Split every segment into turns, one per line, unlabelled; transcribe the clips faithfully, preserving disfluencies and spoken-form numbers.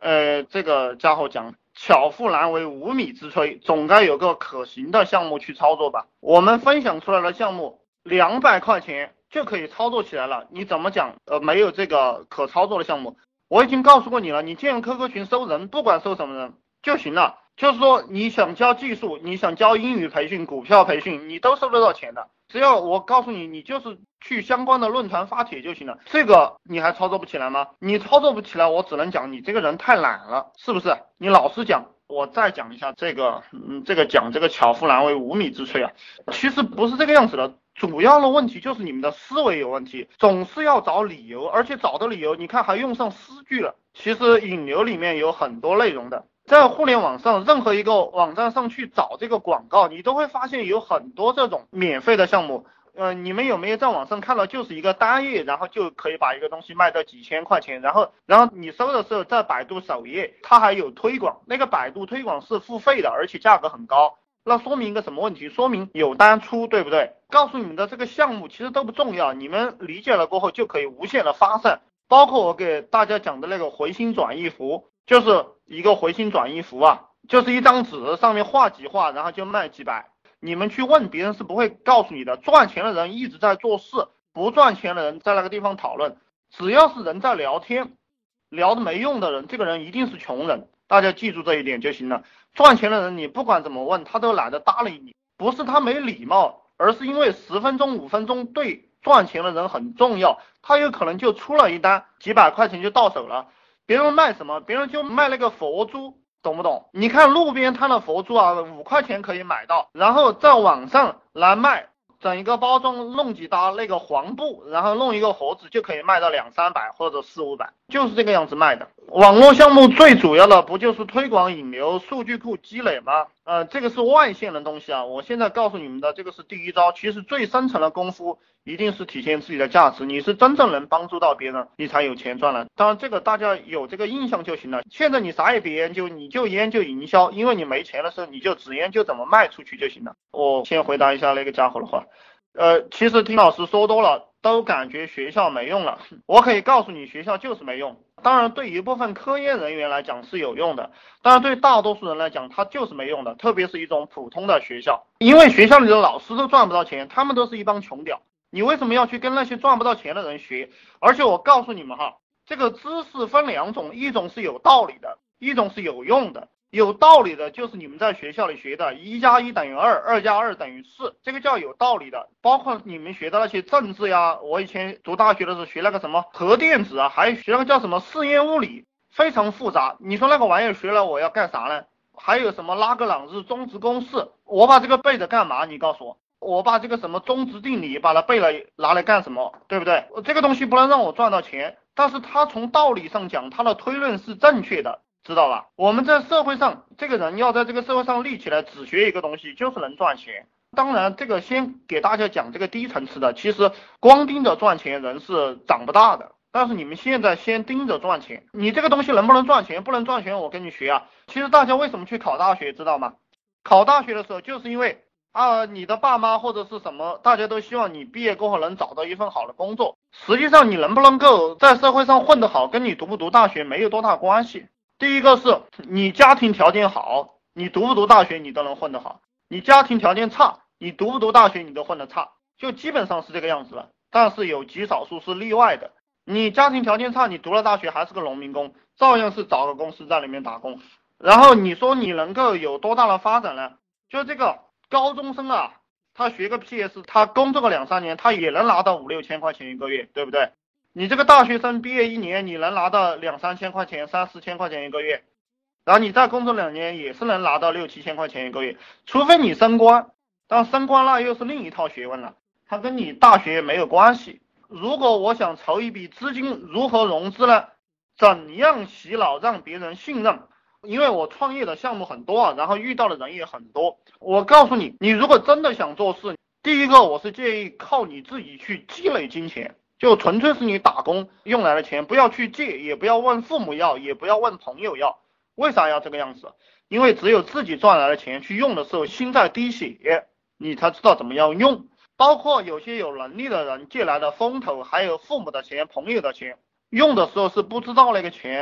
呃，这个家伙讲巧妇难为无米之炊，总该有个可行的项目去操作吧。我们分享出来的项目两百块钱就可以操作起来了，你怎么讲呃没有这个可操作的项目？我已经告诉过你了，你建 Q Q 群收人，不管收什么人就行了。就是说你想教技术，你想教英语培训、股票培训，你都收得到钱的。只要我告诉你，你就是去相关的论坛发帖就行了。这个你还操作不起来吗？你操作不起来，我只能讲你这个人太懒了，是不是？你老实讲。我再讲一下这个，嗯，这个讲这个巧妇难为无米之炊啊，其实不是这个样子的。主要的问题就是你们的思维有问题，总是要找理由，而且找的理由，你看还用上诗句了。其实引流里面有很多内容的，在互联网上任何一个网站上去找这个广告，你都会发现有很多这种免费的项目。呃，你们有没有在网上看到，就是一个单页，然后就可以把一个东西卖到几千块钱，然后，然后你搜的时候，在百度首页，它还有推广，那个百度推广是付费的，而且价格很高，那说明一个什么问题？说明有单出，对不对？告诉你们的这个项目其实都不重要，你们理解了过后就可以无限的发散，包括我给大家讲的那个回心转意符，就是一个回心转意符啊，就是一张纸上面画几画，然后就卖几百。你们去问别人是不会告诉你的，赚钱的人一直在做事，不赚钱的人在那个地方讨论。只要是人在聊天，聊的没用的人，这个人一定是穷人，大家记住这一点就行了。赚钱的人你不管怎么问，他都懒得搭理你，不是他没礼貌，而是因为十分钟五分钟对赚钱的人很重要，他有可能就出了一单，几百块钱就到手了。别人卖什么？别人就卖那个佛珠，懂不懂？你看路边摊的佛珠啊，五块钱可以买到，然后在网上来卖，整一个包装弄几搭那个黄布，然后弄一个盒子就可以卖到两三百或者四五百，就是这个样子卖的。网络项目最主要的不就是推广引流、数据库积累吗？呃，这个是外线的东西啊。我现在告诉你们的这个是第一招，其实最深层的功夫一定是体现自己的价值，你是真正能帮助到别人，你才有钱赚了。当然这个大家有这个印象就行了。现在你啥也别研究，你就研究营销，因为你没钱的时候你就只研究怎么卖出去就行了。我先回答一下那个家伙的话，呃，其实听老师说多了，都感觉学校没用了。我可以告诉你，学校就是没用。当然，对一部分科研人员来讲是有用的，当然对大多数人来讲，它就是没用的。特别是一种普通的学校，因为学校里的老师都赚不到钱，他们都是一帮穷屌。你为什么要去跟那些赚不到钱的人学？而且我告诉你们哈，这个知识分两种，一种是有道理的，一种是有用的。有道理的就是你们在学校里学的一加一等于二，二加二等于四，这个叫有道理的。包括你们学的那些政治呀，我以前读大学的时候学那个什么核电子啊，还学那个叫什么试验物理，非常复杂。你说那个玩意儿学了我要干啥呢？还有什么拉格朗日中值公式，我把这个背着干嘛？你告诉我，我把这个什么中值定理把它背了拿来干什么？对不对？这个东西不能让我赚到钱，但是它从道理上讲，它的推论是正确的。知道吧？我们在社会上，这个人要在这个社会上立起来，只学一个东西就是能赚钱。当然，这个先给大家讲这个低层次的，其实光盯着赚钱人是长不大的。但是你们现在先盯着赚钱，你这个东西能不能赚钱？不能赚钱，我跟你学啊。其实大家为什么去考大学，知道吗？考大学的时候，就是因为啊，你的爸妈或者是什么，大家都希望你毕业过后能找到一份好的工作。实际上，你能不能够在社会上混得好，跟你读不读大学没有多大关系。第一个是你家庭条件好，你读不读大学你都能混得好，你家庭条件差，你读不读大学你都混得差，就基本上是这个样子了。但是有极少数是例外的，你家庭条件差，你读了大学还是个农民工，照样是找个公司在里面打工。然后你说你能够有多大的发展呢？就这个高中生啊，他学个 P S， 他工作个两三年，他也能拿到五六千块钱一个月，对不对？你这个大学生毕业一年，你能拿到两三千块钱、三四千块钱一个月，然后你再工作两年，也是能拿到六七千块钱一个月，除非你升官，但升官那又是另一套学问了，它跟你大学没有关系。如果我想筹一笔资金，如何融资呢？怎样洗脑让别人信任？因为我创业的项目很多啊，然后遇到的人也很多。我告诉你，你如果真的想做事，第一个我是建议靠你自己去积累金钱。就纯粹是你打工用来的钱，不要去借，也不要问父母要，也不要问朋友要。为啥要这个样子？因为只有自己赚来的钱去用的时候，心在滴血，你才知道怎么样用。包括有些有能力的人借来的风投，还有父母的钱、朋友的钱，用的时候是不知道那个钱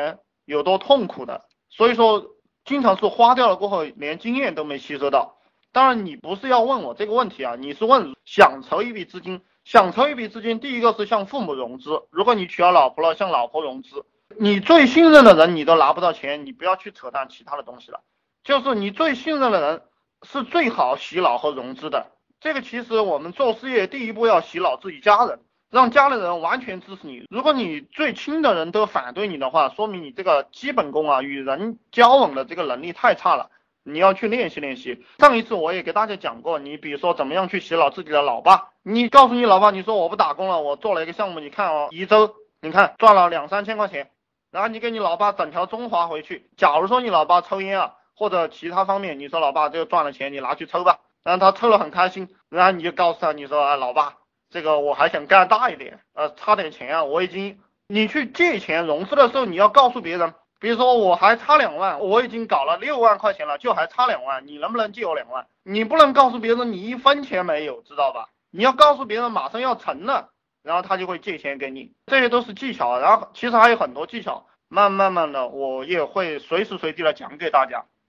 有多痛苦的。所以说经常是花掉了过后连经验都没吸收到。当然你不是要问我这个问题啊，你是问想筹一笔资金。想筹一笔资金，第一个是向父母融资，如果你娶了老婆了，向老婆融资。你最信任的人你都拿不到钱，你不要去扯淡其他的东西了。就是你最信任的人是最好洗脑和融资的。这个其实我们做事业第一步要洗脑自己家人，让家里人完全支持你。如果你最亲的人都反对你的话，说明你这个基本功啊，与人交往的这个能力太差了，你要去练习练习。上一次我也给大家讲过，你比如说怎么样去洗脑自己的老爸，你告诉你老爸，你说我不打工了，我做了一个项目，你看哦，一周你看赚了两三千块钱，然后你给你老爸整条中华回去。假如说你老爸抽烟啊或者其他方面，你说老爸这个赚了钱你拿去抽吧，然后他抽了很开心，然后你就告诉他，你说啊老爸，这个我还想干大一点，呃差点钱啊，我已经，你去借钱融资的时候你要告诉别人，比如说我还差两万，我已经搞了六万块钱了，就还差两万，你能不能借我两万？你不能告诉别人你一分钱没有，知道吧？你要告诉别人马上要成了，然后他就会借钱给你。这些都是技巧，然后其实还有很多技巧，慢慢慢的我也会随时随地的讲给大家。